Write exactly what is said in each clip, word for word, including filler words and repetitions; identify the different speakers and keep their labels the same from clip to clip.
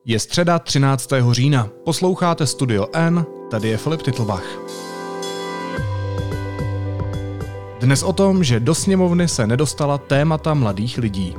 Speaker 1: Je středa třináctého října. Posloucháte Studio N, tady je Filip Titlbach. Dnes o tom, že do sněmovny se nedostala témata mladých lidí.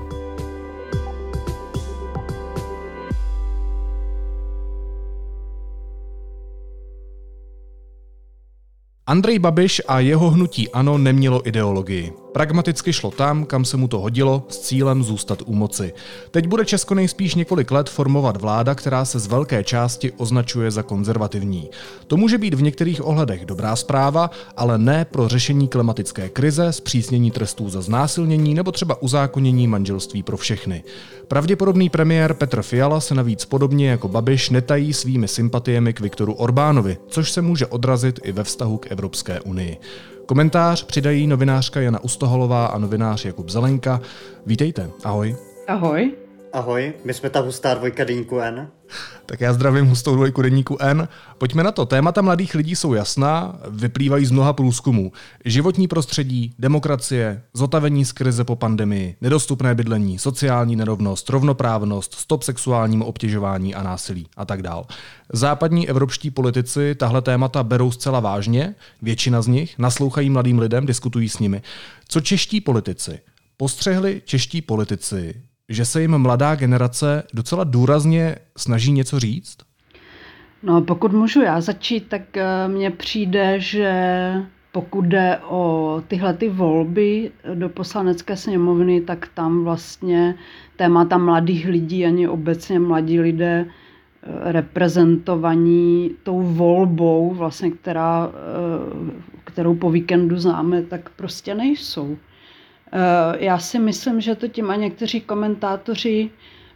Speaker 1: Andrej Babiš a jeho hnutí ANO nemělo ideologii. Pragmaticky šlo tam, kam se mu to hodilo, s cílem zůstat u moci. Teď bude Česko nejspíš několik let formovat vláda, která se z velké části označuje za konzervativní. To může být v některých ohledech dobrá zpráva, ale ne pro řešení klimatické krize, zpřísnění trestů za znásilnění nebo třeba uzákonění manželství pro všechny. Pravděpodobný premiér Petr Fiala se navíc podobně jako Babiš netají svými sympatiemi k Viktoru Orbánovi, což se může odrazit i ve vztahu k Evropské unii. Komentář přidají novinářka Jana Ustohalová a novinář Jakub Zelenka. Vítejte, ahoj.
Speaker 2: Ahoj.
Speaker 3: Ahoj, my jsme ta hustá dvojka deníku N.
Speaker 1: Tak já zdravím hustou dvojku deníku N. Pojďme na to. Témata mladých lidí jsou jasná, vyplývají z mnoha průzkumů. Životní prostředí, demokracie, zotavení z krize po pandemii, nedostupné bydlení, sociální nerovnost, rovnoprávnost, stop sexuálnímu obtěžování a násilí a tak dál. Západní evropští politici tahle témata berou zcela vážně, většina z nich naslouchají mladým lidem, diskutují s nimi. Co čeští politici? Postřehli čeští politici, že se jim mladá generace docela důrazně snaží něco říct?
Speaker 2: No, pokud můžu já začít, tak mně přijde, že pokud jde o tyhle ty volby do Poslanecké sněmovny, tak tam vlastně témata mladých lidí, ani obecně mladí lidé reprezentovaní tou volbou, vlastně, která, kterou po víkendu známe, tak prostě nejsou. Já si myslím, že to tím a někteří komentátoři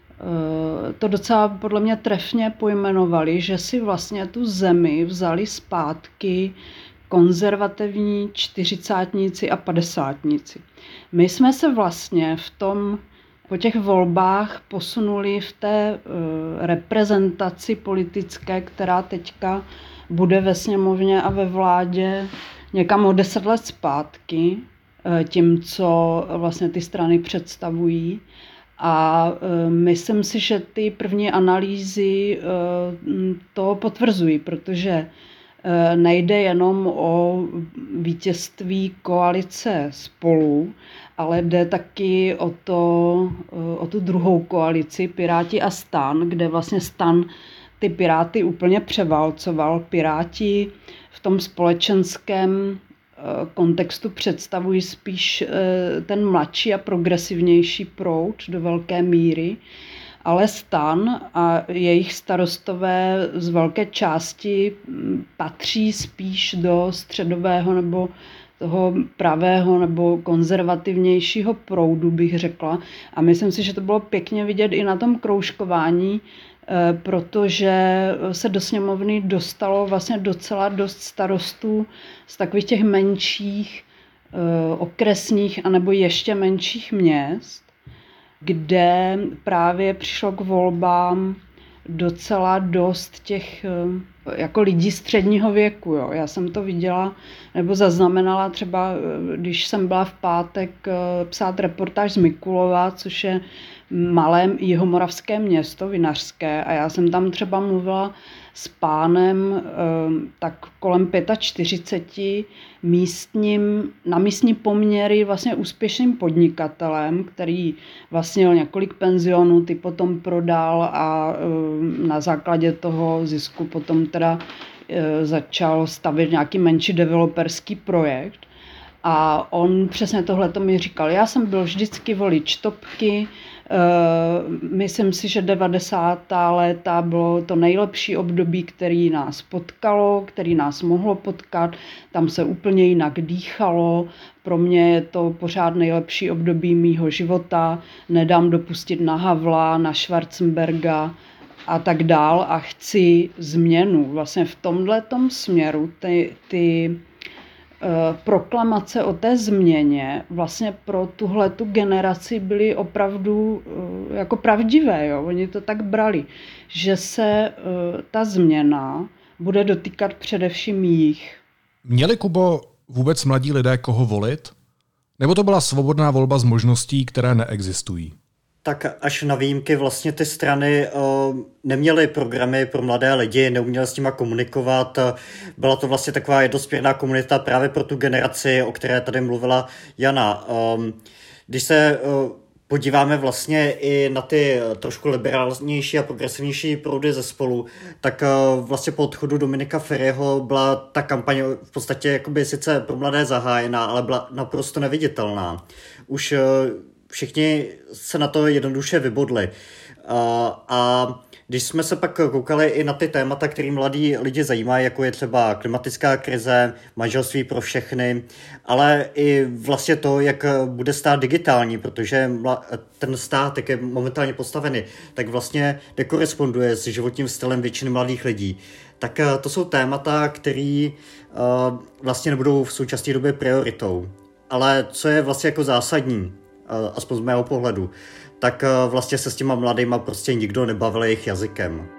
Speaker 2: to docela podle mě trefně pojmenovali, že si vlastně tu zemi vzali zpátky konzervativní čtyřicátníci a padesátníci. My jsme se vlastně v tom, po těch volbách posunuli v té reprezentaci politické, která teďka bude ve sněmovně a ve vládě někam o deset let zpátky, tím, co vlastně ty strany představují. A myslím si, že ty první analýzy to potvrzují, protože nejde jenom o vítězství koalice Spolu, ale jde taky o, to, o tu druhou koalici Piráti a STAN, kde vlastně STAN ty Piráty úplně převálcoval. Piráti v tom společenském kontextu představují spíš ten mladší a progresivnější proud do velké míry, ale STAN a jejich starostové z velké části patří spíš do středového nebo toho pravého nebo konzervativnějšího proudu, bych řekla. A myslím si, že to bylo pěkně vidět i na tom kroužkování, protože se do sněmovny dostalo vlastně docela dost starostů z takových těch menších okresních anebo ještě menších měst, kde právě přišlo k volbám docela dost těch jako lidí středního věku. Jo. Já jsem to viděla nebo zaznamenala třeba, když jsem byla v pátek psát reportáž z Mikulova, což je malé jihomoravské město, vinařské, a já jsem tam třeba mluvila s pánem tak kolem čtyřicet pět místním, na místní poměry vlastně úspěšným podnikatelem, který vlastnil několik penzionů, ty potom prodal a na základě toho zisku potom teda začal stavět nějaký menší developerský projekt. A on přesně tohleto mi říkal. Já jsem byl vždycky volič topky, myslím si, že devadesátá léta bylo to nejlepší období, který nás potkalo, který nás mohlo potkat. Tam se úplně jinak dýchalo. Pro mě je to pořád nejlepší období mýho života. Nedám dopustit na Havla, na Schwarzenberga a tak dál. A chci změnu. Vlastně v tomhletom směru ty... ty proklamace o té změně vlastně pro tuhletu generaci byly opravdu jako pravdivé. Jo? Oni to tak brali, že se ta změna bude dotýkat především jich.
Speaker 1: Měli, Kubo, vůbec mladí lidé koho volit? Nebo to byla svobodná volba z možností, které neexistují?
Speaker 3: Tak až na výjimky vlastně ty strany uh, neměly programy pro mladé lidi, neuměly s nima komunikovat. Byla to vlastně taková jednosměrná komunita právě pro tu generaci, o které tady mluvila Jana. Um, když se uh, podíváme vlastně i na ty trošku liberálnější a progresivnější proudy ze Spolu, tak uh, vlastně po odchodu Dominika Feriho byla ta kampaň v podstatě jakoby sice pro mladé zahájená, ale byla naprosto neviditelná. Už uh, všichni se na to jednoduše vybodli. A, a když jsme se pak koukali i na ty témata, které mladí lidi zajímají, jako je třeba klimatická krize, manželství pro všechny, ale i vlastně to, jak bude stát digitální, protože ten stát, jak je momentálně postavený, tak vlastně nekoresponduje s životním stylem většiny mladých lidí. Tak to jsou témata, které vlastně nebudou v současné době prioritou. Ale co je vlastně jako zásadní, aspoň z mého pohledu, tak vlastně se s těma mladýma prostě nikdo nebavil jejich jazykem.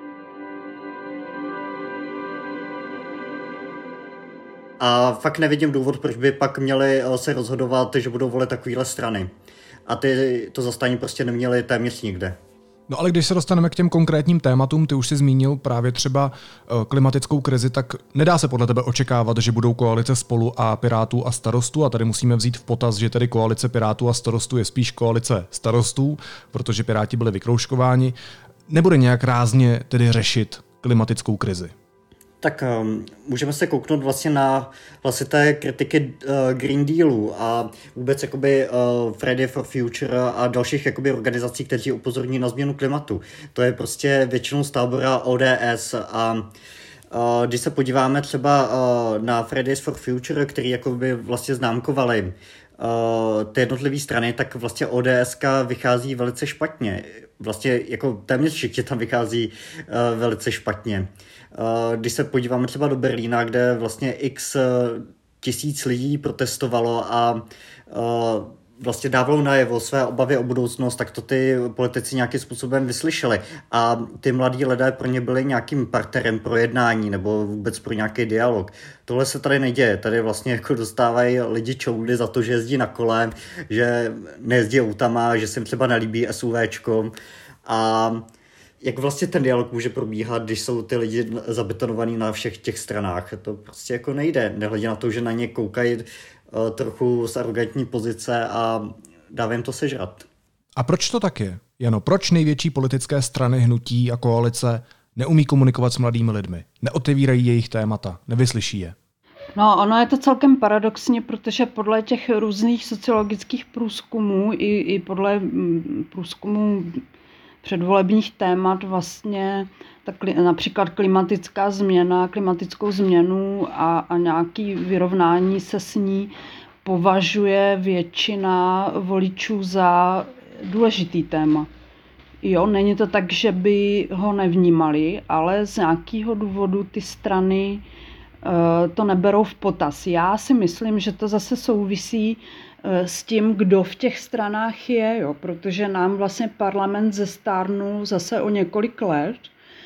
Speaker 3: A fakt nevidím důvod, proč by pak měli se rozhodovat, že budou volit takovýhle strany. A ty to zastání prostě neměli téměř nikde.
Speaker 1: No ale když se dostaneme k těm konkrétním tématům, ty už si zmínil právě třeba klimatickou krizi, tak nedá se podle tebe očekávat, že budou koalice Spolu a Pirátů a Starostů, a tady musíme vzít v potaz, že tedy koalice Pirátů a Starostů je spíš koalice Starostů, protože Piráti byli vykroužkováni, nebude nějak rázně tedy řešit klimatickou krizi.
Speaker 3: Tak um, můžeme se kouknout vlastně na vlastně té kritiky uh, Green Dealu a vůbec jakoby uh, Friday for Future a dalších jakoby organizací, kteří upozorní na změnu klimatu. To je prostě většinou z tábora O D S a uh, když se podíváme třeba uh, na Fridays for Future, který jakoby vlastně známkovali uh, ty jednotlivé strany, tak vlastně O D S ka vychází velice špatně. Vlastně jako téměř všichni tam vychází uh, velice špatně. Když se podíváme třeba do Berlína, kde vlastně x tisíc lidí protestovalo a vlastně dávalo najevo své obavy o budoucnost, tak to ty politici nějakým způsobem vyslyšeli. A ty mladí lidé pro ně byli nějakým partnerem pro jednání nebo vůbec pro nějaký dialog. Tohle se tady neděje. Tady vlastně jako dostávají lidi čoudy za to, že jezdí na kole, že nejezdí autama, že se jim třeba nelíbí SUVčko. A jak vlastně ten dialog může probíhat, když jsou ty lidi zabetonovaní na všech těch stranách. To prostě jako nejde. Nehledě na to, že na ně koukají uh, trochu z arrogantní pozice a dávají jim to sežrat.
Speaker 1: A proč to tak je? Jano, proč největší politické strany, hnutí a koalice neumí komunikovat s mladými lidmi? Neotevírají jejich témata, nevyslyší je?
Speaker 2: No, ono je to celkem paradoxně, protože podle těch různých sociologických průzkumů i, i podle mm, průzkumů předvolebních témat vlastně tak například klimatická změna, klimatickou změnu a, a nějaké vyrovnání se s ní považuje většina voličů za důležitý téma. Jo, není to tak, že by ho nevnímali, ale z nějakého důvodu ty strany uh, to neberou v potaz. Já si myslím, že to zase souvisí s tím, kdo v těch stranách je, jo, protože nám vlastně parlament zestárnul zase o několik let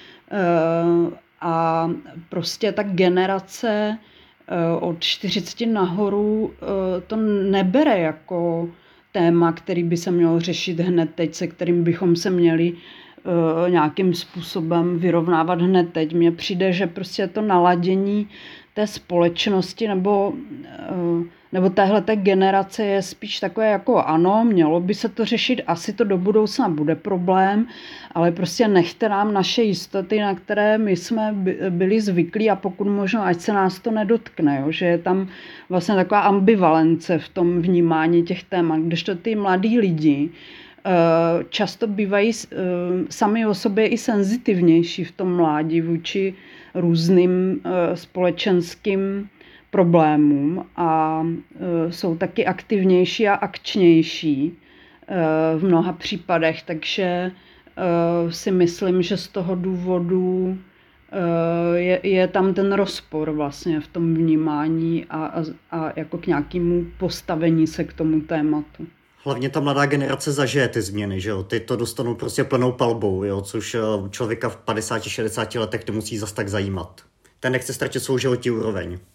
Speaker 2: a prostě ta generace od čtyřiceti nahoru to nebere jako téma, který by se mělo řešit hned teď, se kterým bychom se měli nějakým způsobem vyrovnávat hned teď. Mně přijde, že prostě to naladění té společnosti nebo nebo téhleté generace je spíš takové jako ano, mělo by se to řešit, asi to do budoucna bude problém, ale prostě nechte nám naše jistoty, na které my jsme byli zvyklí a pokud možno, ať se nás to nedotkne, jo? Že je tam vlastně taková ambivalence v tom vnímání těch témat, kdežto ty mladí lidi často bývají sami o sobě i senzitivnější v tom mládí vůči různým společenským problémům a e, jsou taky aktivnější a akčnější e, v mnoha případech, takže e, si myslím, že z toho důvodu e, je, je tam ten rozpor vlastně v tom vnímání a, a, a jako k nějakému postavení se k tomu tématu.
Speaker 3: Hlavně ta mladá generace zažije ty změny, že jo? Ty to dostanou prostě plnou palbou, jo? Což člověka v padesáti šedesáti letech nemusí zas tak zajímat. Ten nechce ztratit svou životní úroveň.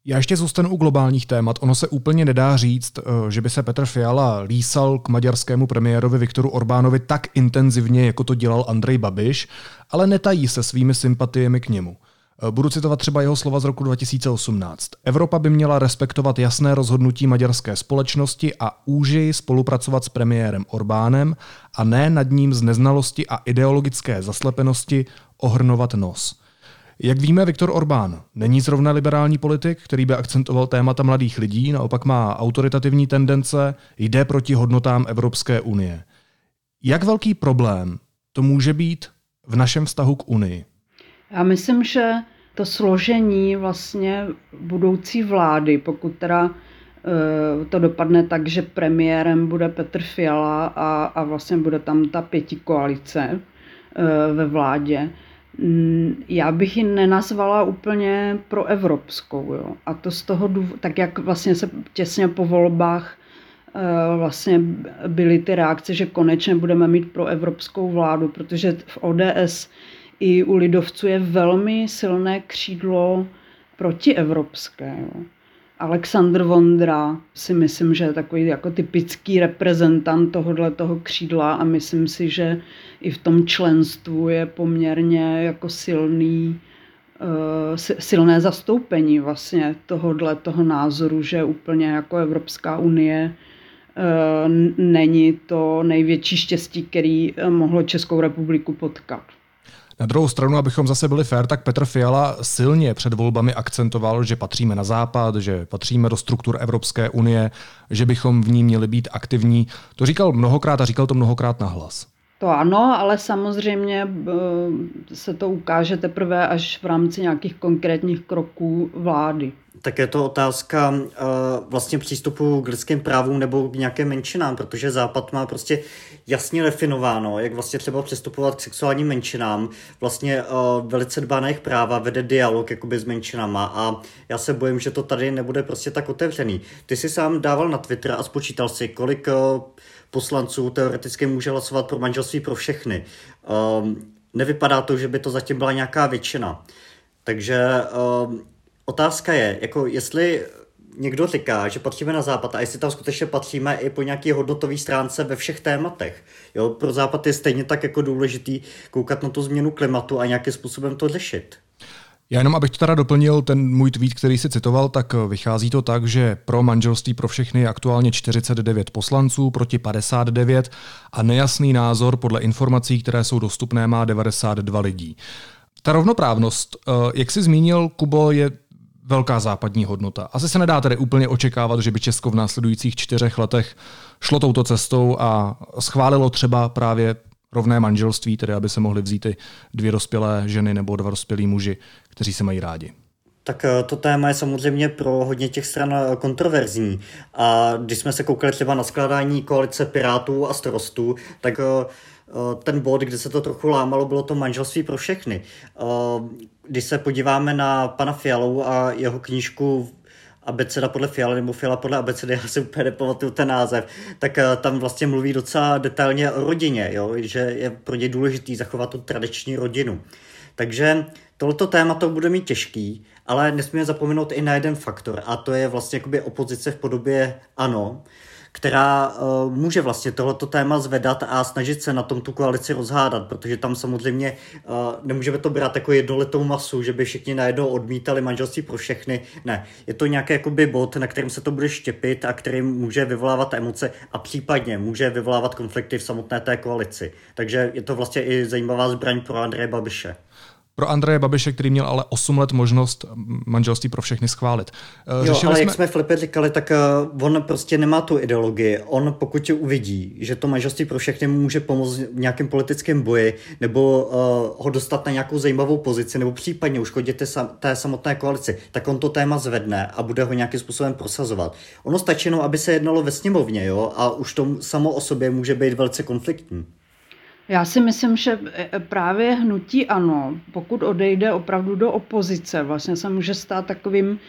Speaker 1: Já ještě zůstanu u globálních témat. Ono se úplně nedá říct, že by se Petr Fiala lísal k maďarskému premiérovi Viktoru Orbánovi tak intenzivně, jako to dělal Andrej Babiš, ale netají se svými sympatiemi k němu. Budu citovat třeba jeho slova z roku dva tisíce osmnáct. Evropa by měla respektovat jasné rozhodnutí maďarské společnosti a úžeji spolupracovat s premiérem Orbánem a ne nad ním z neznalosti a ideologické zaslepenosti ohrnovat nos. Jak víme, Viktor Orbán není zrovna liberální politik, který by akcentoval témata mladých lidí, naopak má autoritativní tendence, jde proti hodnotám Evropské unie. Jak velký problém to může být v našem vztahu k Unii?
Speaker 2: Já myslím, že to složení vlastně budoucí vlády, pokud teda to dopadne tak, že premiérem bude Petr Fiala a, a vlastně bude tam ta pětikoalice ve vládě, já bych ji nenazvala úplně proevropskou. Jo. A to z toho důvodu, tak jak vlastně se těsně po volbách vlastně byly ty reakce, že konečně budeme mít proevropskou vládu, protože v O D S i u lidovců je velmi silné křídlo protievropské. Jo. Alexandr Vondra si myslím, že je takový jako typický reprezentant tohohle toho křídla a myslím si, že i v tom členstvu je poměrně jako silný, silné zastoupení vlastně tohohle toho názoru, že úplně jako Evropská unie není to největší štěstí, který mohlo Českou republiku potkat.
Speaker 1: Na druhou stranu, abychom zase byli fér, tak Petr Fiala silně před volbami akcentoval, že patříme na západ, že patříme do struktur Evropské unie, že bychom v ní měli být aktivní. To říkal mnohokrát a říkal to mnohokrát nahlas.
Speaker 2: To ano, ale samozřejmě se to ukáže teprve až v rámci nějakých konkrétních kroků vlády.
Speaker 3: Tak je to otázka uh, vlastně přístupu k lidským právům nebo k nějakým menšinám, protože Západ má prostě jasně definováno, jak vlastně třeba přistupovat k sexuálním menšinám, vlastně uh, velice dbá na jejich práva, vede dialog jakoby s menšinama a já se bojím, že to tady nebude prostě tak otevřený. Ty jsi sám dával na Twitter a spočítal si, kolik uh, poslanců teoreticky může hlasovat pro manželství pro všechny. Uh, nevypadá to, že by to zatím byla nějaká většina. Takže uh, otázka je, jako jestli někdo říká, že patříme na západ a jestli tam skutečně patříme i po nějaké hodnotové stránce ve všech tématech. Jo, pro západ je stejně tak jako důležitý koukat na tu změnu klimatu a nějakým způsobem to řešit.
Speaker 1: Já jenom, abych to teda doplnil, ten můj tweet, který si citoval, tak vychází to tak, že pro manželství pro všechny je aktuálně čtyřicet devět poslanců proti padesát devět a nejasný názor podle informací, které jsou dostupné, má devadesát dva lidí. Ta rovnoprávnost, jak jsi zmínil, Kubo, je velká západní hodnota. Asi se nedá tedy úplně očekávat, že by Česko v následujících čtyřech letech šlo touto cestou a schválilo třeba právě rovné manželství, tedy aby se mohly vzít i dvě dospělé ženy nebo dva dospělí muži, kteří se mají rádi.
Speaker 3: Tak to téma je samozřejmě pro hodně těch stran kontroverzní. A když jsme se koukali třeba na skládání koalice Pirátů a Starostů, tak ten bod, kde se to trochu lámalo, bylo to manželství pro všechny. Když se podíváme na pana Fialu a jeho knížku Abeceda podle Fialy nebo Fiala podle abecedy, já si úplně nepamatuju ten název, tak tam vlastně mluví docela detailně o rodině, jo? Že je pro ně důležitý zachovat tu tradiční rodinu. Takže tohleto téma to bude mít těžký, ale nesmíme zapomenout i na jeden faktor a to je vlastně jakoby opozice v podobě ANO, která uh, může vlastně tohleto téma zvedat a snažit se na tom tu koalici rozhádat, protože tam samozřejmě uh, nemůžeme to brát jako jednoletou masu, že by všichni najednou odmítali manželství pro všechny. Ne, je to nějaký jakoby bod, na kterým se to bude štěpit a který může vyvolávat emoce a případně může vyvolávat konflikty v samotné té koalici. Takže je to vlastně i zajímavá zbraň pro Andreje Babiše.
Speaker 1: Pro Andreje Babiše, který měl ale osm let možnost manželství pro všechny schválit.
Speaker 3: Řešili jo, ale jsme... jak jsme Filipe říkali, tak uh, on prostě nemá tu ideologii. On pokud uvidí, že to manželství pro všechny může pomoct v nějakém politickém boji, nebo uh, ho dostat na nějakou zajímavou pozici, nebo případně uškodit té, sam- té samotné koalici, tak on to téma zvedne a bude ho nějakým způsobem prosazovat. Ono stačí jenom, aby se jednalo ve sněmovně, jo, a už to samo o sobě může být velice konfliktní.
Speaker 2: Já si myslím, že právě hnutí ANO, pokud odejde opravdu do opozice, vlastně se může stát takovým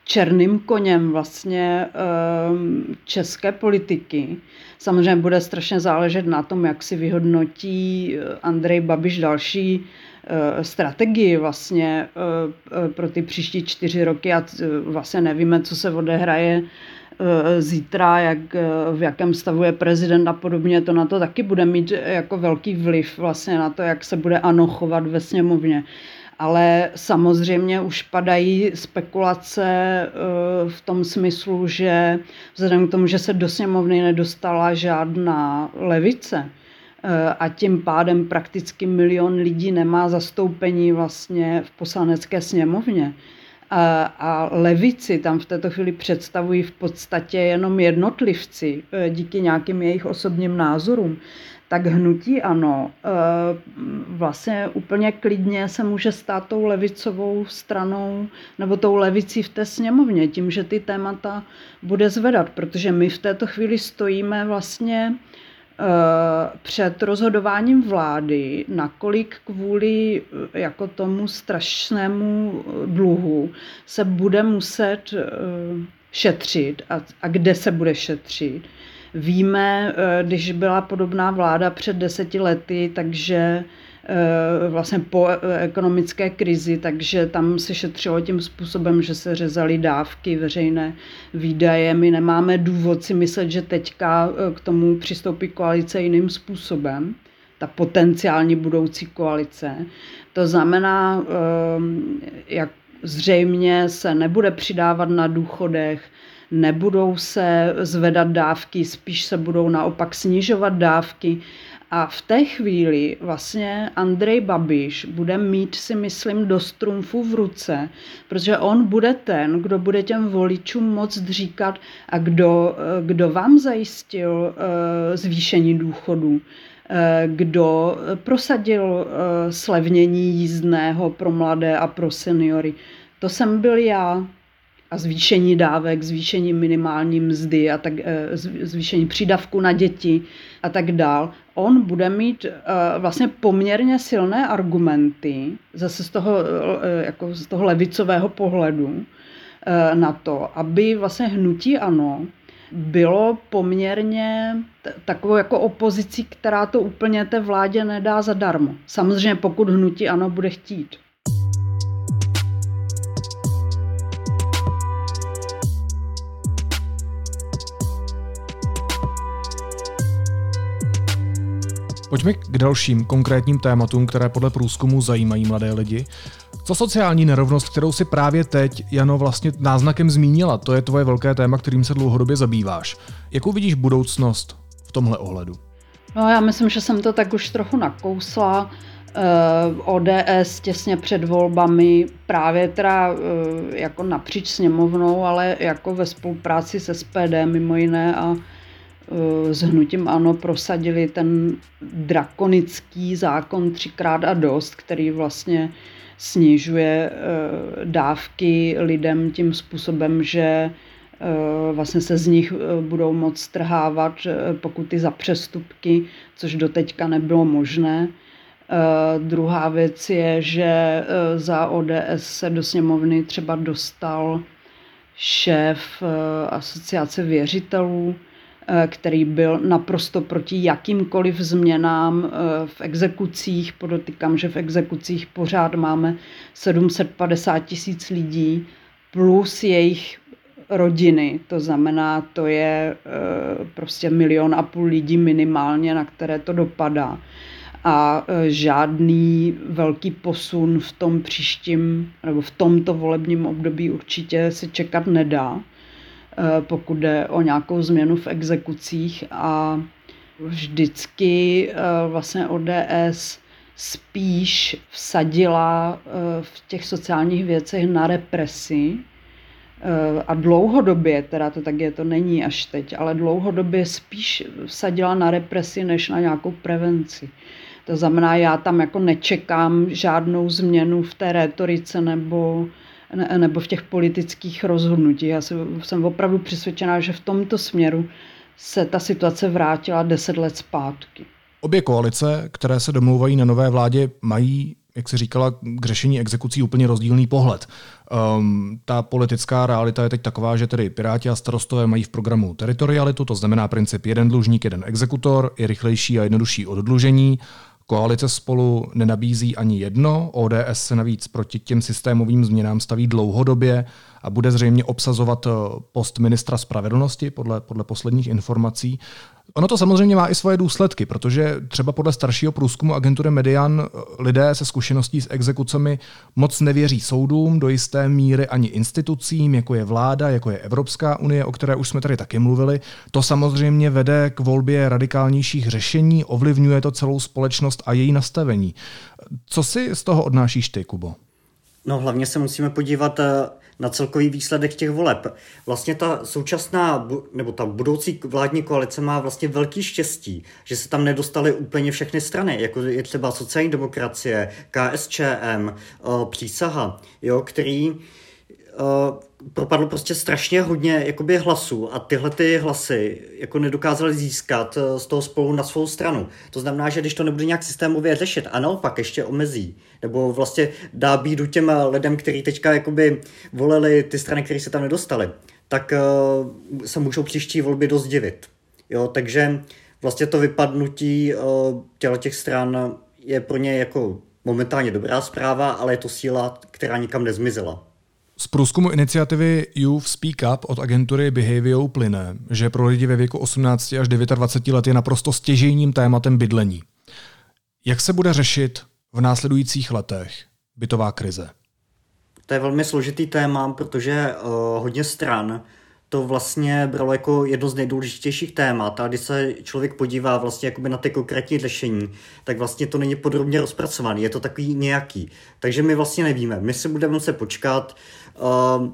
Speaker 2: černým koněm vlastně české politiky. Samozřejmě bude strašně záležet na tom, jak si vyhodnotí Andrej Babiš další strategii vlastně pro ty příští čtyři roky a vlastně nevíme, co se odehraje zítra, jak, v jakém stavu je prezident a podobně, to na to taky bude mít jako velký vliv vlastně na to, jak se bude ANO chovat ve sněmovně. Ale samozřejmě už padají spekulace v tom smyslu, že vzhledem k tomu, že se do sněmovny nedostala žádná levice a tím pádem prakticky milion lidí nemá zastoupení vlastně v poslanecké sněmovně, A, a levici tam v této chvíli představují v podstatě jenom jednotlivci díky nějakým jejich osobním názorům, tak hnutí ANO vlastně úplně klidně se může stát tou levicovou stranou nebo tou levicí v té sněmovně, tím, že ty témata bude zvedat, protože my v této chvíli stojíme vlastně před rozhodováním vlády, nakolik kvůli jako tomu strašnému dluhu se bude muset šetřit a, a kde se bude šetřit. Víme, když byla podobná vláda před deseti lety, takže vlastně po ekonomické krizi, takže tam se šetřilo tím způsobem, že se řezaly dávky, veřejné výdaje. My nemáme důvod si myslet, že teďka k tomu přistoupí koalice jiným způsobem, ta potenciální budoucí koalice. To znamená, jak zřejmě se nebude přidávat na důchodech, nebudou se zvedat dávky, spíš se budou naopak snižovat dávky. A v té chvíli vlastně Andrej Babiš bude mít, si myslím, dost trumfů v ruce, protože on bude ten, kdo bude těm voličům moct říkat, a kdo, kdo vám zajistil zvýšení důchodů, kdo prosadil slevnění jízdného pro mladé a pro seniory. To jsem byl já. A zvýšení dávek, zvýšení minimální mzdy a tak, zvýšení přídavku na děti a tak dál. On bude mít vlastně poměrně silné argumenty, zase z toho, jako z toho levicového pohledu, na to, aby vlastně hnutí ANO bylo poměrně takovou jako opozicí, která to úplně té vládě nedá zadarmo. Samozřejmě pokud hnutí ANO bude chtít.
Speaker 1: Pojďme k dalším konkrétním tématům, které podle průzkumu zajímají mladé lidi. Co sociální nerovnost, kterou si právě teď, Jano, vlastně náznakem zmínila, to je tvoje velké téma, kterým se dlouhodobě zabýváš. Jakou vidíš budoucnost v tomhle ohledu?
Speaker 2: No, já myslím, že jsem to tak už trochu nakousla. O D S těsně před volbami, právě teda jako napříč sněmovnou, ale jako ve spolupráci s S P D mimo jiné a s hnutím ANO prosadili ten drakonický zákon třikrát a dost, který vlastně snižuje dávky lidem tím způsobem, že vlastně se z nich budou moct strhávat pokuty za přestupky, což doteďka nebylo možné. Druhá věc je, že za O D S se do sněmovny třeba dostal šéf asociace věřitelů, který byl naprosto proti jakýmkoliv změnám v exekucích. Podotýkám, že v exekucích pořád máme sedm set padesát tisíc lidí plus jejich rodiny. To znamená, to je prostě milion a půl lidí minimálně, na které to dopadá. A žádný velký posun v tom příštím nebo v tomto volebním období určitě se čekat nedá, pokud jde o nějakou změnu v exekucích, a vždycky vlastně O D S spíš vsadila v těch sociálních věcech na represi a dlouhodobě, teda to tak je, to není až teď, ale dlouhodobě spíš vsadila na represi než na nějakou prevenci. To znamená, já tam jako nečekám žádnou změnu v té rétorice nebo nebo v těch politických rozhodnutích. Já jsem opravdu přesvědčená, že v tomto směru se ta situace vrátila deset let zpátky.
Speaker 1: Obě koalice, které se domlouvají na nové vládě, mají jak jsi říkala, k řešení exekucí úplně rozdílný pohled. Um, ta politická realita je teď taková, že tedy Piráti a Starostové mají v programu teritorialitu, to znamená princip jeden dlužník, jeden exekutor, je rychlejší a jednodušší oddlužení. Koalice Spolu nenabízí ani jedno, O D S se navíc proti těm systémovým změnám staví dlouhodobě a bude zřejmě obsazovat post ministra spravedlnosti podle, podle posledních informací. Ono to samozřejmě má i svoje důsledky, protože třeba podle staršího průzkumu agentury Median lidé se zkušeností s exekucemi moc nevěří soudům, do jisté míry ani institucím, jako je vláda, jako je Evropská unie, o které už jsme tady taky mluvili. To samozřejmě vede k volbě radikálnějších řešení, ovlivňuje to celou společnost a její nastavení. Co si z toho odnášíš ty, Kubo?
Speaker 3: No hlavně se musíme podívat na celkový výsledek těch voleb. Vlastně ta současná, nebo ta budoucí vládní koalice má vlastně velký štěstí, že se tam nedostaly úplně všechny strany, jako je třeba sociální demokracie, K S Č M, Přísaha, jo, který propadl prostě strašně hodně jakoby hlasů a tyhle ty hlasy jako nedokázali získat z toho Spolu na svou stranu. To znamená, že když to nebude nějak systémově řešit a naopak ještě omezí, nebo vlastně dá bídu těm lidem, kteří teďka jakoby volili ty strany, které se tam nedostali, tak uh, se můžou příští volby dost divit. Jo, takže vlastně to vypadnutí uh, těch stran je pro ně jako momentálně dobrá zpráva, ale je to síla, která nikam nezmizela.
Speaker 1: Z průzkumu iniciativy Youth Speak Up od agentury Behavio plyne, že pro lidi ve věku osmnáct až dvacet devět let je naprosto stěžejním tématem bydlení. Jak se bude řešit v následujících letech bytová krize?
Speaker 3: To je velmi složitý téma, protože uh, hodně stran to vlastně bralo jako jedno z nejdůležitějších témat a když se člověk podívá vlastně jakoby na ty konkrétní řešení, tak vlastně to není podrobně rozpracovaný, je to takový nějaký. Takže my vlastně nevíme, my si budeme muset počkat. Uh,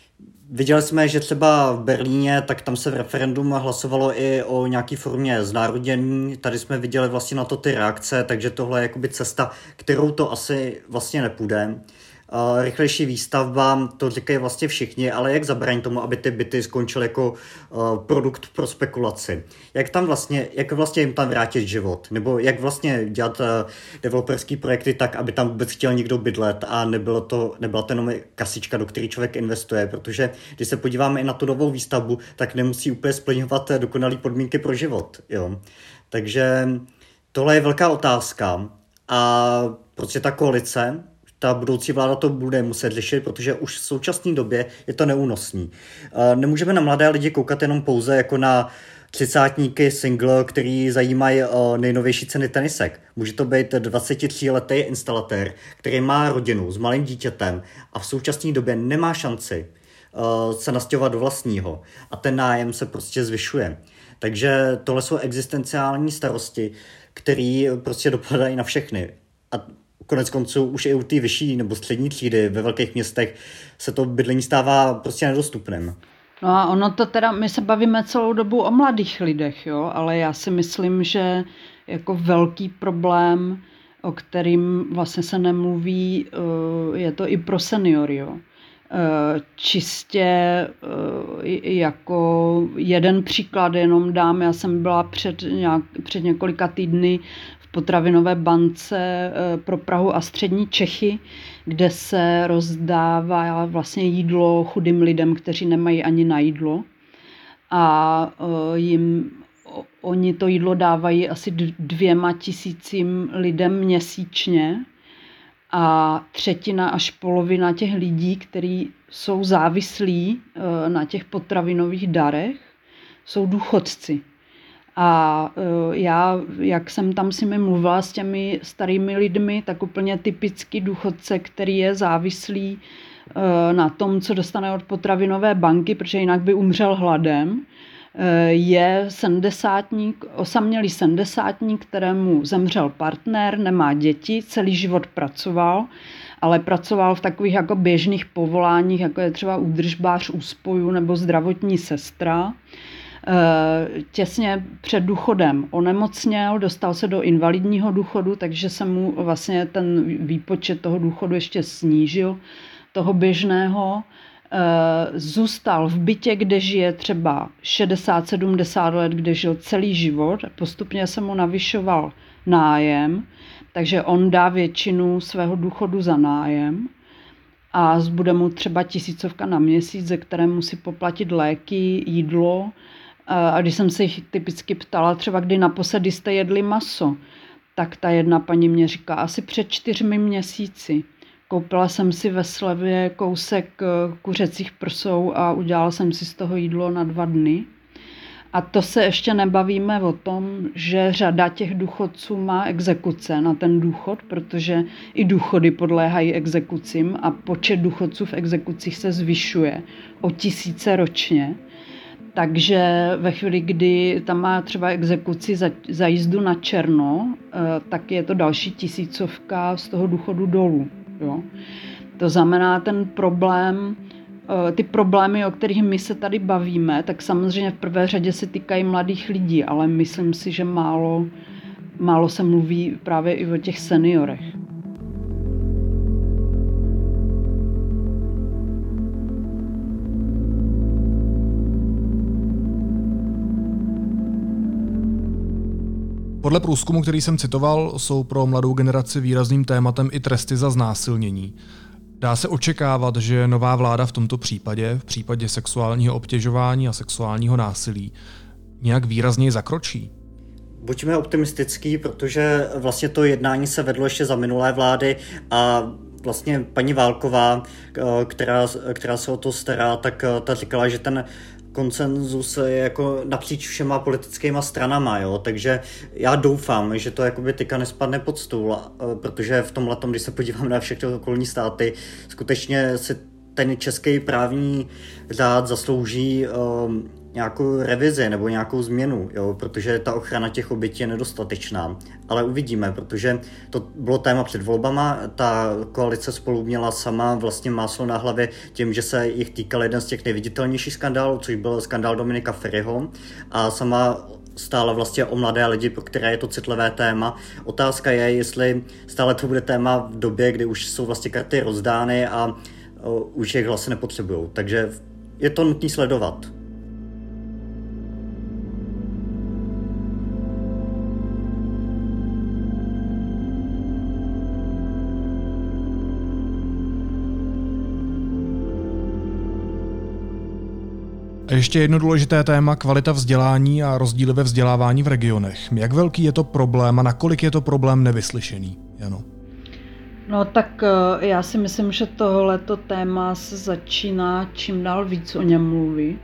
Speaker 3: viděli jsme, že třeba v Berlíně, tak tam se v referendum hlasovalo i o nějaký formě znárodnění, tady jsme viděli vlastně na to ty reakce, takže tohle je jakoby cesta, kterou to asi vlastně nepůjde. Uh, rychlejší výstavba, to říkají vlastně všichni, ale jak zabránit tomu, aby ty byty skončily jako uh, produkt pro spekulaci? Jak tam vlastně, jak vlastně jim tam vrátit život? Nebo jak vlastně dělat uh, developerský projekty tak, aby tam vůbec chtěl někdo bydlet a nebylo to, nebyla to jenom kasička, do které člověk investuje, protože když se podíváme i na tu novou výstavbu, tak nemusí úplně splňovat dokonalé podmínky pro život. Jo? Takže tohle je velká otázka a prostě ta koalice, ta budoucí vláda to bude muset řešit, protože už v současné době je to neúnosný. Nemůžeme na mladé lidi koukat jenom pouze jako na třicátníky single, který zajímají nejnovější ceny tenisek. Může to být dvacetitříletý instalatér, který má rodinu s malým dítětem a v současné době nemá šanci se nastěhovat do vlastního a ten nájem se prostě zvyšuje. Takže tohle jsou existenciální starosti, které prostě dopadají na všechny. A konec konců už i u té vyšší nebo střední třídy ve velkých městech se to bydlení stává prostě nedostupným.
Speaker 2: No a ono to teda, my se bavíme celou dobu o mladých lidech, jo, ale já si myslím, že jako velký problém, o kterým vlastně se nemluví, je to i pro seniory, jo. Čistě jako jeden příklad jenom dám, já jsem byla před, nějak, před několika týdny v potravinové bance pro Prahu a střední Čechy, kde se rozdává vlastně jídlo chudým lidem, kteří nemají ani na jídlo. A jim, oni to jídlo dávají asi dvěma tisícím lidem měsíčně. A třetina až polovina těch lidí, kteří jsou závislí na těch potravinových darech, jsou důchodci. A já, jak jsem tam si mi mluvila s těmi starými lidmi, tak úplně typický důchodce, který je závislý na tom, co dostane od potravinové banky, protože jinak by umřel hladem, je sedmdesátník, osamělý sedmdesátník, kterému zemřel partner, nemá děti, celý život pracoval, ale pracoval v takových jako běžných povoláních, jako je třeba údržbář úspoju nebo zdravotní sestra. Těsně před důchodem onemocněl, dostal se do invalidního důchodu, takže se mu vlastně ten výpočet toho důchodu ještě snížil, toho běžného. Zůstal v bytě, kde žije třeba šedesát sedmdesát let, kde žil celý život. Postupně se mu navyšoval nájem, takže on dá většinu svého důchodu za nájem a zbude mu třeba tisícovka na měsíc, ze které musí poplatit léky, jídlo. A když jsem se jich typicky ptala, třeba kdy naposledy jste jedli maso, tak ta jedna paní mě říká, asi před čtyřmi měsíci. Koupila jsem si ve slevě kousek kuřecích prsou a udělala jsem si z toho jídlo na dva dny. A to se ještě nebavíme o tom, že řada těch důchodců má exekuce na ten důchod, protože i důchody podléhají exekucím a počet důchodců v exekucích se zvyšuje o tisíce ročně. Takže ve chvíli, kdy tam má třeba exekuci za, za jízdu na černo, tak je to další tisícovka z toho důchodu dolů. Jo. To znamená, ten problém, ty problémy, o kterých my se tady bavíme, tak samozřejmě v prvé řadě se týkají mladých lidí, ale myslím si, že málo, málo se mluví právě i o těch seniorech.
Speaker 1: Podle průzkumu, který jsem citoval, jsou pro mladou generaci výrazným tématem i tresty za znásilnění. Dá se očekávat, že nová vláda v tomto případě, v případě sexuálního obtěžování a sexuálního násilí, nějak výrazněji zakročí?
Speaker 3: Buďme optimistický, protože vlastně to jednání se vedlo ještě za minulé vlády a vlastně paní Válková, která, která se o to stará, tak ta říkala, že ten konsenzus je jako napříč všema politickýma stranama, jo? Takže já doufám, že to jakoby teďka nespadne pod stůl, protože v tomhle tom, když se podívám na všechny okolní státy, skutečně si ten český právní řád zaslouží um, nějakou revizi nebo nějakou změnu, jo? Protože ta ochrana těch obětí je nedostatečná. Ale uvidíme, protože to bylo téma před volbama, ta koalice Spolu měla sama vlastně máslo na hlavě tím, že se jich týkal jeden z těch nejviditelnějších skandálů, což byl skandál Dominika Feriho a sama stále vlastně o mladé lidi, pro které je to citlivé téma. Otázka je, jestli stále to bude téma v době, kdy už jsou vlastně karty rozdány a uh, už jejich hlasy nepotřebujou. Takže je to nutné sledovat.
Speaker 1: A ještě jedno důležité téma, kvalita vzdělání a rozdíly ve vzdělávání v regionech. Jak velký je to problém a nakolik je to problém nevyslyšený, Jano?
Speaker 2: No tak já si myslím, že tohleto téma se začíná čím dál víc o něm mluvit.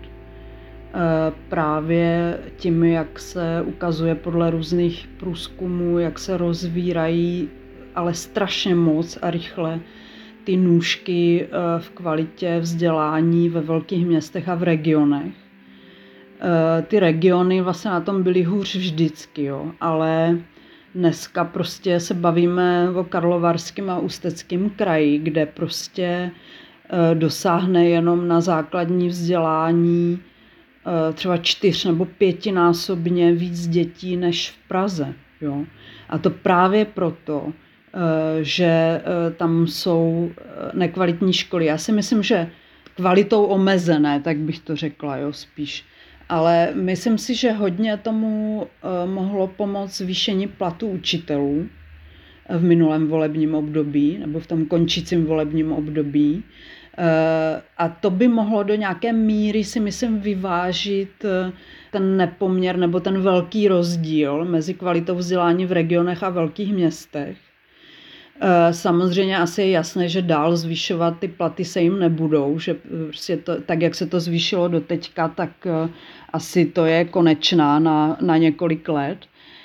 Speaker 2: Právě tím, jak se ukazuje podle různých průzkumů, jak se rozvírají, ale strašně moc a rychle ty nůžky v kvalitě vzdělání ve velkých městech a v regionech. Ty regiony vlastně na tom byly hůř vždycky, jo, ale dneska prostě se bavíme o Karlovarském a Ústeckém kraji, kde prostě dosáhne jenom na základní vzdělání třeba čtyř nebo pětinásobně víc dětí než v Praze. Jo. A to právě proto, že tam jsou nekvalitní školy. Já si myslím, že kvalitou omezené, tak bych to řekla, jo, spíš. Ale myslím si, že hodně tomu mohlo pomoct zvýšení platu učitelů v minulém volebním období, nebo v tom končícím volebním období. A to by mohlo do nějaké míry, si myslím, vyvážit ten nepoměr nebo ten velký rozdíl mezi kvalitou vzdělání v regionech a velkých městech. Samozřejmě asi je jasné, že dál zvyšovat ty platy se jim nebudou, že prostě to, tak, jak se to zvýšilo doteďka, tak asi to je konečná na, na několik let.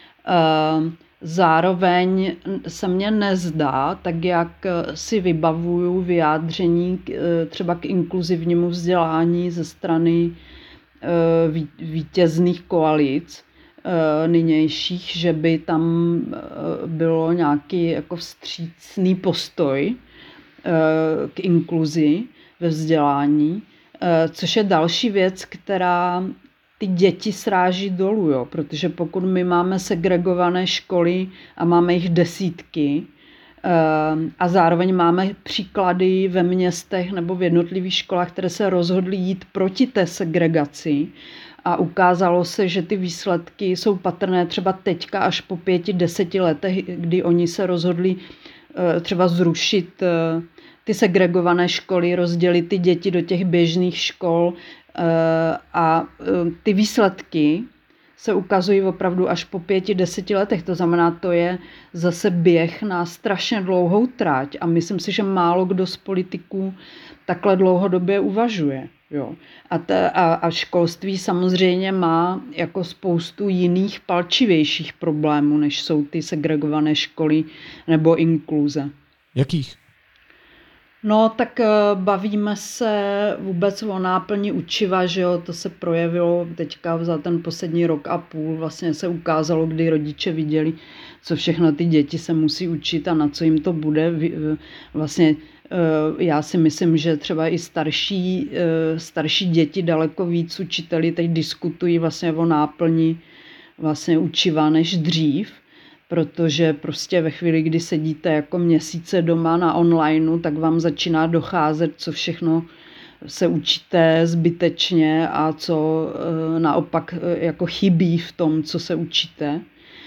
Speaker 2: Zároveň se mně nezdá, tak jak si vybavuju vyjádření třeba k inkluzivnímu vzdělání ze strany vítězných koalic nynějších, že by tam bylo nějaký jako vstřícný postoj k inkluzi ve vzdělání, což je další věc, která ty děti sráží dolů, jo? Protože pokud my máme segregované školy a máme jich desítky a zároveň máme příklady ve městech nebo v jednotlivých školách, které se rozhodly jít proti té segregaci A ukázalo se, že ty výsledky jsou patrné třeba teďka až po pěti, deseti letech, kdy oni se rozhodli třeba zrušit ty segregované školy, rozdělit ty děti do těch běžných škol a ty výsledky se ukazují opravdu až po pěti, deseti letech. To znamená, to je zase běh na strašně dlouhou trať a myslím si, že málo kdo z politiků takhle dlouhodobě uvažuje. Jo. A, te, a, a školství samozřejmě má jako spoustu jiných palčivějších problémů, než jsou ty segregované školy nebo inkluze.
Speaker 1: Jakých?
Speaker 2: No, tak bavíme se vůbec o náplni učiva, že jo, to se projevilo teďka za ten poslední rok a půl, vlastně se ukázalo, kdy rodiče viděli, co všechno ty děti se musí učit a na co jim to bude. Vlastně já si myslím, že třeba i starší, starší děti daleko víc učiteli teď diskutují vlastně o náplni vlastně učiva než dřív, protože prostě ve chvíli, kdy sedíte jako měsíce doma na onlineu, tak vám začíná docházet, co všechno se učíte zbytečně a co naopak jako chybí v tom, co se učíte.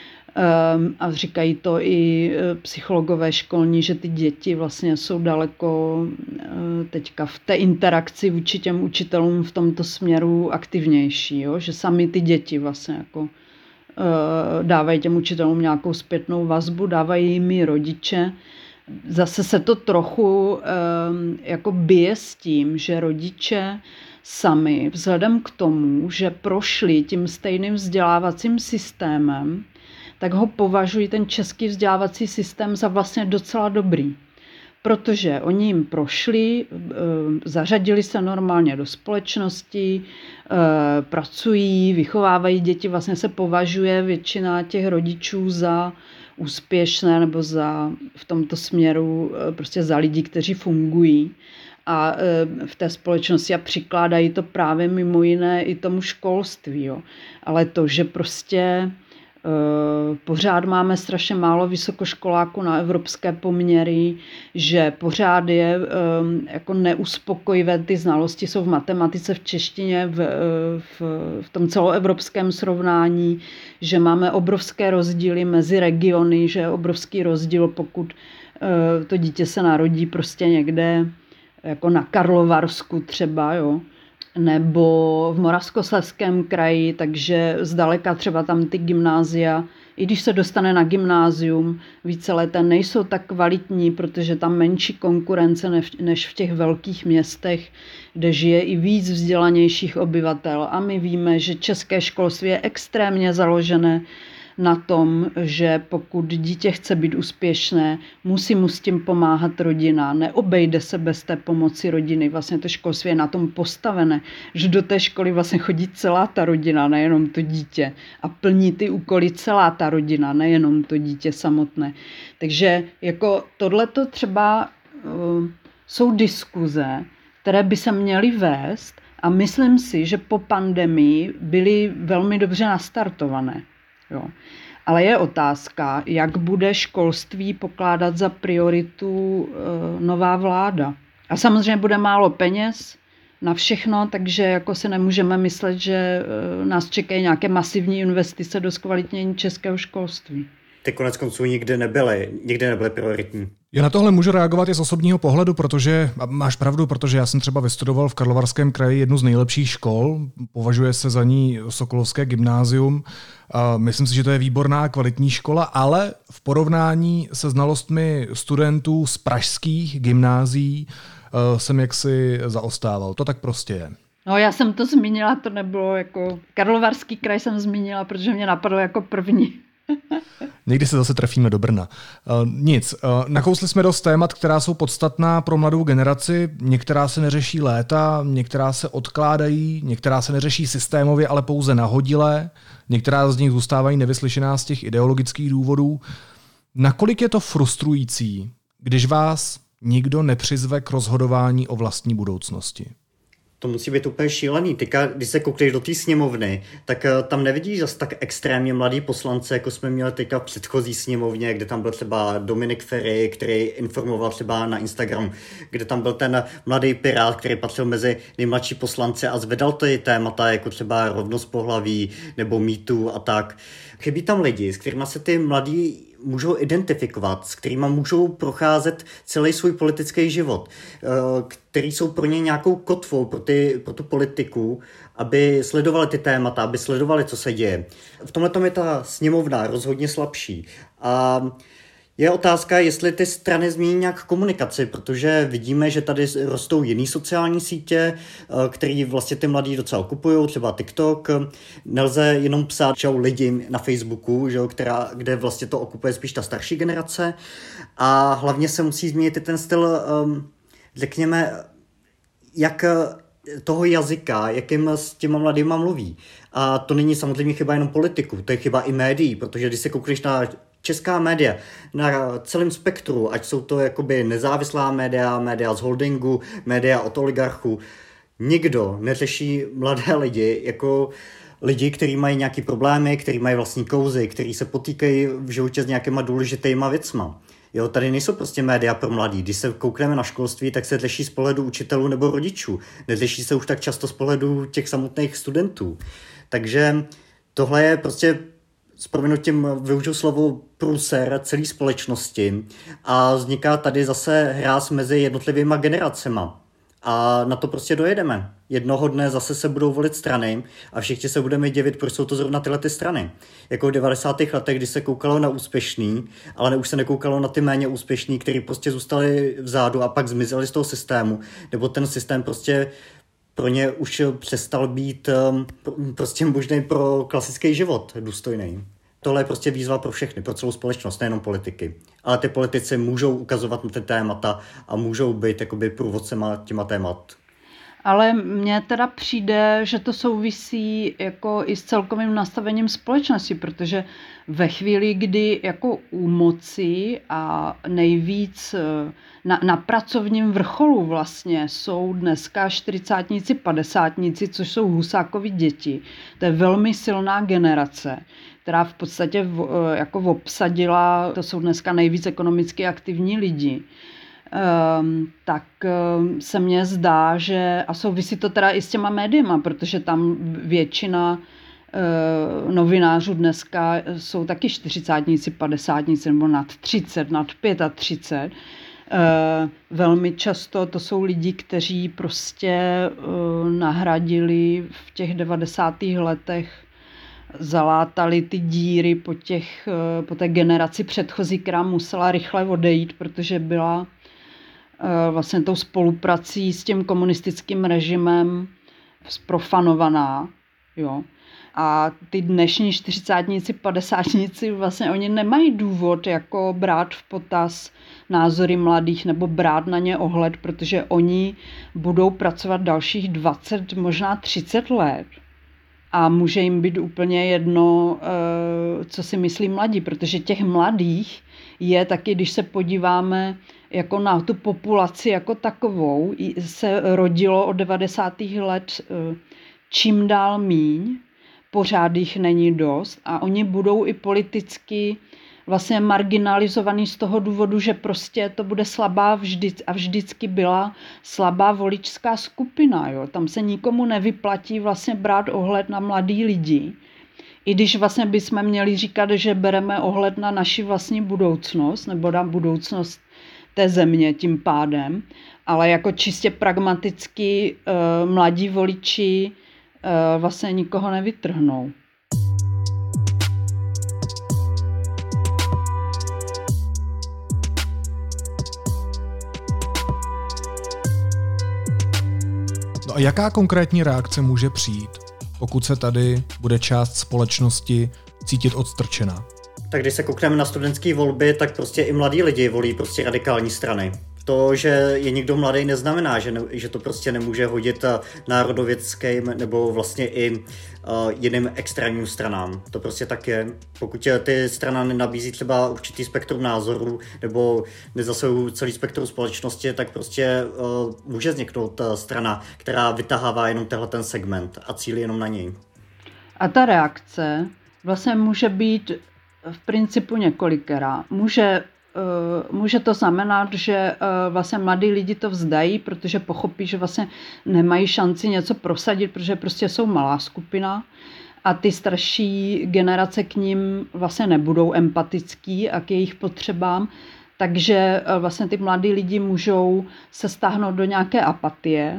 Speaker 2: A říkají to i psychologové školní, že ty děti vlastně jsou daleko teďka v té interakci vůči těm učitelům v tomto směru aktivnější, jo? Že sami ty děti vlastně jako dávají těm učitelům nějakou zpětnou vazbu, dávají jim i rodiče. Zase se to trochu jako bije s tím, že rodiče sami vzhledem k tomu, že prošli tím stejným vzdělávacím systémem, tak ho považují ten český vzdělávací systém za vlastně docela dobrý. Protože oni jim prošli, zařadili se normálně do společnosti, pracují, vychovávají děti, vlastně se považuje většina těch rodičů za úspěšné nebo za v tomto směru prostě za lidi, kteří fungují a v té společnosti a přikládají to právě mimo jiné i tomu školství. Jo. Ale to, že prostě pořád máme strašně málo vysokoškoláků na evropské poměry, že pořád je jako neuspokojivé, ty znalosti jsou v matematice, v češtině, v, v, v tom celoevropském srovnání, že máme obrovské rozdíly mezi regiony, že je obrovský rozdíl, pokud to dítě se narodí prostě někde jako na Karlovarsku třeba, jo, nebo v Moravskoslezském kraji, takže zdaleka třeba tam ty gymnázia, i když se dostane na gymnázium víceleté, nejsou tak kvalitní, protože tam menší konkurence než v těch velkých městech, kde žije i víc vzdělanějších obyvatel. A my víme, že české školství je extrémně založené na tom, že pokud dítě chce být úspěšné, musí mu s tím pomáhat rodina, neobejde se bez té pomoci rodiny. Vlastně to školství je na tom postavené, že do té školy vlastně chodí celá ta rodina, nejenom to dítě. A plní ty úkoly celá ta rodina, nejenom to dítě samotné. Takže jako tohleto třeba uh, jsou diskuze, které by se měly vést a myslím si, že po pandemii byly velmi dobře nastartované. Jo. Ale je otázka, jak bude školství pokládat za prioritu e, nová vláda. A samozřejmě bude málo peněz na všechno, takže jako se nemůžeme myslet, že e, nás čekají nějaké masivní investice do zkvalitnění českého školství.
Speaker 3: Ty konec konců nikdy nebyly, nikdy nebyly prioritní.
Speaker 1: Já na tohle můžu reagovat i z osobního pohledu, protože máš pravdu, protože já jsem třeba vystudoval v Karlovarském kraji jednu z nejlepších škol, považuje se za ní Sokolovské gymnázium. Myslím si, že to je výborná, kvalitní škola, ale v porovnání se znalostmi studentů z pražských gymnázií jsem jaksi zaostával. To tak prostě je.
Speaker 2: No, já jsem to zmínila, to nebylo jako... Karlovarský kraj jsem zmínila, protože mě napadlo jako první.
Speaker 1: Někdy se zase trefíme do Brna. Uh, nic, uh, nakousli jsme dost témat, která jsou podstatná pro mladou generaci. Některá se neřeší léta, některá se odkládají, některá se neřeší systémově, ale pouze nahodile. Některá z nich zůstávají nevyslyšená z těch ideologických důvodů. Nakolik je to frustrující, když vás nikdo nepřizve k rozhodování o vlastní budoucnosti?
Speaker 3: To musí být úplně šílený. Teďka, když se koukneš do té sněmovny, tak tam nevidíš zase tak extrémně mladý poslance, jako jsme měli teďka v předchozí sněmovně, kde tam byl třeba Dominik Feri, který informoval třeba na Instagram, kde tam byl ten mladý pirát, který patřil mezi nejmladší poslance a zvedal to i témata, jako třeba rovnost pohlaví nebo mýtu a tak. Chybí tam lidi, s kterými se ty mladí můžou identifikovat, s kterými můžou procházet celý svůj politický život, který jsou pro ně nějakou kotvou pro, ty, pro tu politiku, aby sledovali ty témata, aby sledovali, co se děje. V tomhle tom je ta sněmovna rozhodně slabší. A je otázka, jestli ty strany změní nějak komunikaci, protože vidíme, že tady rostou jiný sociální sítě, které vlastně ty mladí docela okupují, třeba TikTok. Nelze jenom psát čau lidi na Facebooku, že, která, kde vlastně to okupuje spíš ta starší generace. A hlavně se musí změnit i ten styl, řekněme, jak toho jazyka, jakým s těma mladýma mluví. A to není samozřejmě chyba jenom politiků, to je chyba i médií, protože když se koukneš na česká média na celém spektru, ať jsou to jakoby nezávislá média, média z holdingu, média od oligarchů, nikdo neřeší mladé lidi jako lidi, kteří mají nějaké problémy, kteří mají vlastní kouzy, kteří se potýkají v životě s nějakýma důležitýma věcma. Jo, tady nejsou prostě média pro mladí. Když se koukneme na školství, tak se řeší z pohledu učitelů nebo rodičů. Neřeší se už tak často z pohledu těch samotných studentů. Takže tohle je prostě s prominutím využiju slovo průser celé společnosti a vzniká tady zase hráz mezi jednotlivýma generacema. A na to prostě dojedeme. Jednoho dne zase se budou volit strany a všichni se budeme divit, proč jsou to zrovna tyhle ty strany. Jako v devadesátých letech, kdy se koukalo na úspěšný, ale už se nekoukalo na ty méně úspěšný, který prostě zůstali vzadu a pak zmizeli z toho systému. Nebo ten systém prostě pro ně už přestal být um, prostě možný pro klasický život důstojný. Tohle je prostě výzva pro všechny, pro celou společnost, nejenom politiky. Ale ty politici můžou ukazovat na ty témata a můžou být jakoby průvodcema těma témat.
Speaker 2: Ale mně teda přijde, že to souvisí jako i s celkovým nastavením společnosti, protože ve chvíli, kdy jako u moci a nejvíc na, na pracovním vrcholu vlastně jsou dneska čtyřicátníci, padesátníci, což jsou Husákovi děti. To je velmi silná generace, která v podstatě v, jako obsadila, to jsou dneska nejvíc ekonomicky aktivní lidi. Um, tak um, se mně zdá, že a souvisí to teda i s těma médiama, protože tam většina uh, novinářů dneska jsou taky čtyřicátníci, padesátníci nebo nad třicet, nad třicet pět. Uh, velmi často to jsou lidi, kteří prostě uh, nahradili v těch devadesátých letech, zalátali ty díry po, těch, uh, po té generaci předchozí, která musela rychle odejít, protože byla vlastně tou spoluprací s tím komunistickým režimem zprofanovaná. Jo. A ty dnešní čtyřicátníci, padesátníci vlastně oni nemají důvod jako brát v potaz názory mladých nebo brát na ně ohled, protože oni budou pracovat dalších dvacet, možná třicet let. A může jim být úplně jedno, co si myslí mladí, protože těch mladých je taky, když se podíváme jako na tu populaci jako takovou, se rodilo od devadesátých let čím dál míň, pořád jich není dost a oni budou i politicky vlastně marginalizovaný z toho důvodu, že prostě to bude slabá vždy, a vždycky byla slabá voličská skupina. Jo. Tam se nikomu nevyplatí vlastně brát ohled na mladý lidi. I když vlastně bychom měli říkat, že bereme ohled na naši vlastní budoucnost nebo na budoucnost té země tím pádem, ale jako čistě pragmaticky uh, mladí voliči uh, vlastně nikoho nevytrhnou.
Speaker 1: No a jaká konkrétní reakce může přijít, pokud se tady bude část společnosti cítit odstrčená?
Speaker 3: Tak když se koukneme na studentské volby, tak prostě i mladí lidi volí prostě radikální strany. To, že je někdo mladý, neznamená, že, ne, že to prostě nemůže hodit národovědským nebo vlastně i uh, jiným extrémním stranám. To prostě tak je. Pokud ty strana nenabízí třeba určitý spektrum názorů nebo nezasahují celý spektrum společnosti, tak prostě uh, může vzniknout ta strana, která vytahává jenom tenhle ten segment a cílí jenom na něj.
Speaker 2: A ta reakce vlastně může být v principu několikerá. Může Může to znamenat, že vlastně mladí lidi to vzdají, protože pochopí, že vlastně nemají šanci něco prosadit, protože prostě jsou malá skupina a ty starší generace k ním vlastně nebudou empatický a k jejich potřebám, takže vlastně ty mladí lidi můžou se stáhnout do nějaké apatie,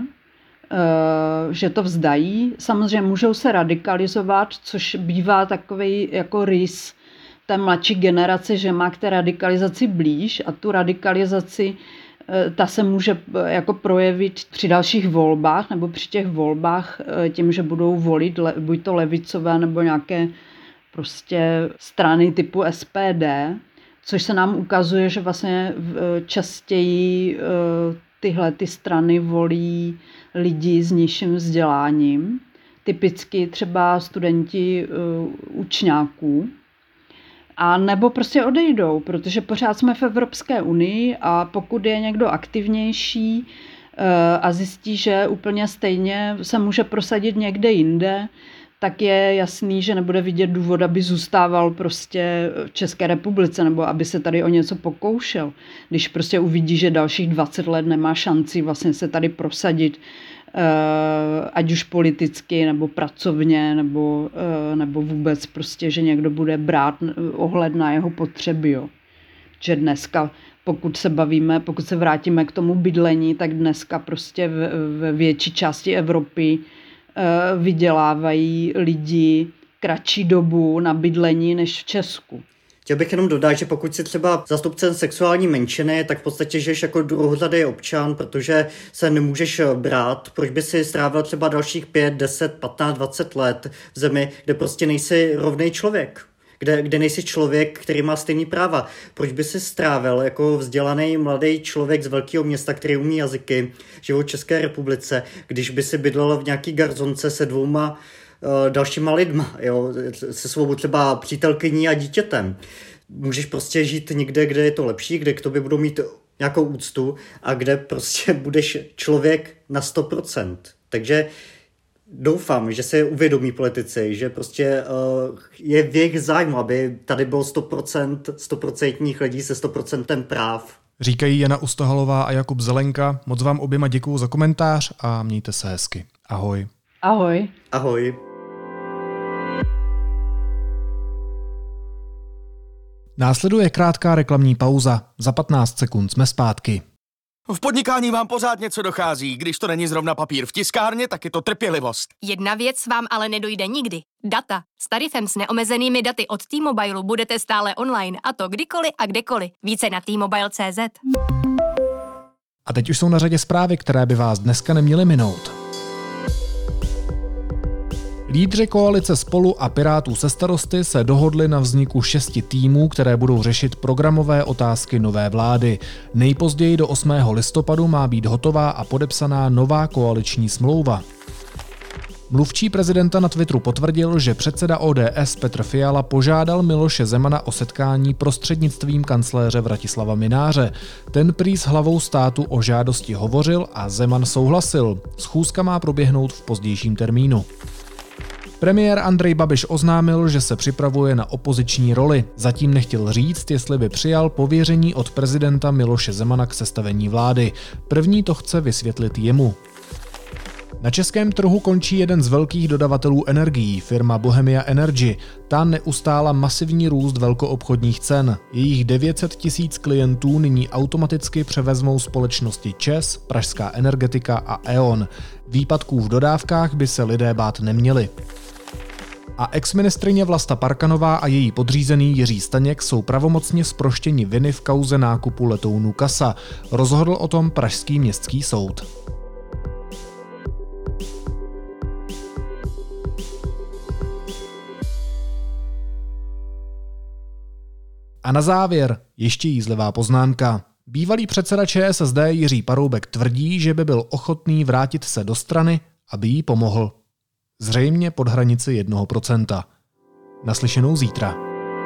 Speaker 2: že to vzdají. Samozřejmě můžou se radikalizovat, což bývá takový jako rys té mladší generace, že má k té radikalizaci blíž a tu radikalizaci ta se může jako projevit při dalších volbách nebo při těch volbách tím, že budou volit buď to levicové nebo nějaké prostě strany typu S P D, což se nám ukazuje, že vlastně častěji tyhle ty strany volí lidi s nižším vzděláním, typicky třeba studenti učňáků, a nebo prostě odejdou, protože pořád jsme v Evropské unii a pokud je někdo aktivnější a zjistí, že úplně stejně se může prosadit někde jinde, tak je jasný, že nebude vidět důvod, aby zůstával prostě v České republice nebo aby se tady o něco pokoušel. Když prostě uvidí, že dalších dvacet let nemá šanci vlastně se tady prosadit, ať už politicky, nebo pracovně, nebo, nebo vůbec prostě, že někdo bude brát ohled na jeho potřeby. Jo. Že dneska, pokud se bavíme, pokud se vrátíme k tomu bydlení, tak dneska prostě ve větší části Evropy vydělávají lidi kratší dobu na bydlení než v Česku.
Speaker 3: Chtěl bych jenom dodat, že pokud jsi třeba zástupcem sexuální menšiny, tak v podstatě žiješ jako druhořadý občan, protože se nemůžeš brát. Proč by si strávil třeba dalších pět, deset, patnáct, dvacet let v zemi, kde prostě nejsi rovnej člověk? Kde, kde nejsi člověk, který má stejný práva. Proč by si strávil jako vzdělaný mladý člověk z velkého města, který umí jazyky, život v České republice, když by si bydlel v nějaký garzonce se dvouma dalšíma lidma, jo, se svou třeba přítelkyní a dítětem. Můžeš prostě žít někde, kde je to lepší, kde k tobě budou mít nějakou úctu a kde prostě budeš člověk na sto procent. Takže doufám, že se uvědomí politici, že prostě uh, je v jejich zájmu, aby tady bylo sto procent, sto procent lidí se sto procent práv.
Speaker 1: Říkají Jana Ustohalová a Jakub Zelenka. Moc vám oběma děkuju za komentář a mějte se hezky. Ahoj.
Speaker 2: Ahoj.
Speaker 3: Ahoj.
Speaker 1: Následuje krátká reklamní pauza. Za patnáct sekund jsme zpátky.
Speaker 4: V podnikání vám pořád něco dochází. Když to není zrovna papír v tiskárně, tak je to trpělivost.
Speaker 5: Jedna věc vám ale nedojde nikdy. Data. S tarifem s neomezenými daty od T-Mobile budete stále online, a to kdykoliv a kdekoliv. Více na T Mobile tečka cé zet.
Speaker 1: A teď už jsou na řadě zprávy, které by vás dneska neměly minout. Lídři koalice Spolu a Pirátů se Starosty se dohodli na vzniku šesti týmů, které budou řešit programové otázky nové vlády. Nejpozději do osmého listopadu má být hotová a podepsaná nová koaliční smlouva. Mluvčí prezidenta na Twitteru potvrdil, že předseda O D S Petr Fiala požádal Miloše Zemana o setkání prostřednictvím kancléře Vratislava Mynáře. Ten prý s hlavou státu o žádosti hovořil a Zeman souhlasil. Schůzka má proběhnout v pozdějším termínu. Premiér Andrej Babiš oznámil, že se připravuje na opoziční roli. Zatím nechtěl říct, jestli by přijal pověření od prezidenta Miloše Zemana k sestavení vlády. První to chce vysvětlit jemu. Na českém trhu končí jeden z velkých dodavatelů energií, firma Bohemia Energy. Ta neustála masivní růst velkoobchodních cen. Jejich devět set tisíc klientů nyní automaticky převezmou společnosti ČEZ, Pražská energetika a E O N. Výpadků v dodávkách by se lidé bát neměli. A exministryně Vlasta Parkanová a její podřízený Jiří Staněk jsou pravomocně zproštěni viny v kauze nákupu letounů CASA. Rozhodl o tom Pražský městský soud. A na závěr ještě jízlivá poznámka. Bývalý předseda ČSSD Jiří Paroubek tvrdí, že by byl ochotný vrátit se do strany, aby jí pomohl. Zřejmě pod hranici jednoho procenta. Naslyšenou zítra.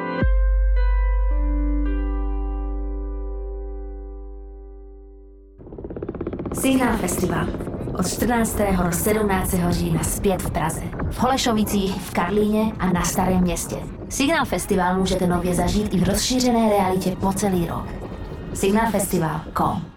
Speaker 6: Signál Festival. Od čtrnáctého do sedmnáctého října zpět v Praze. V Holešovicích, v Karlíně a na Starém Městě. Signál Festival můžete nově zažít i v rozšířené realitě po celý rok. signál festival tečka com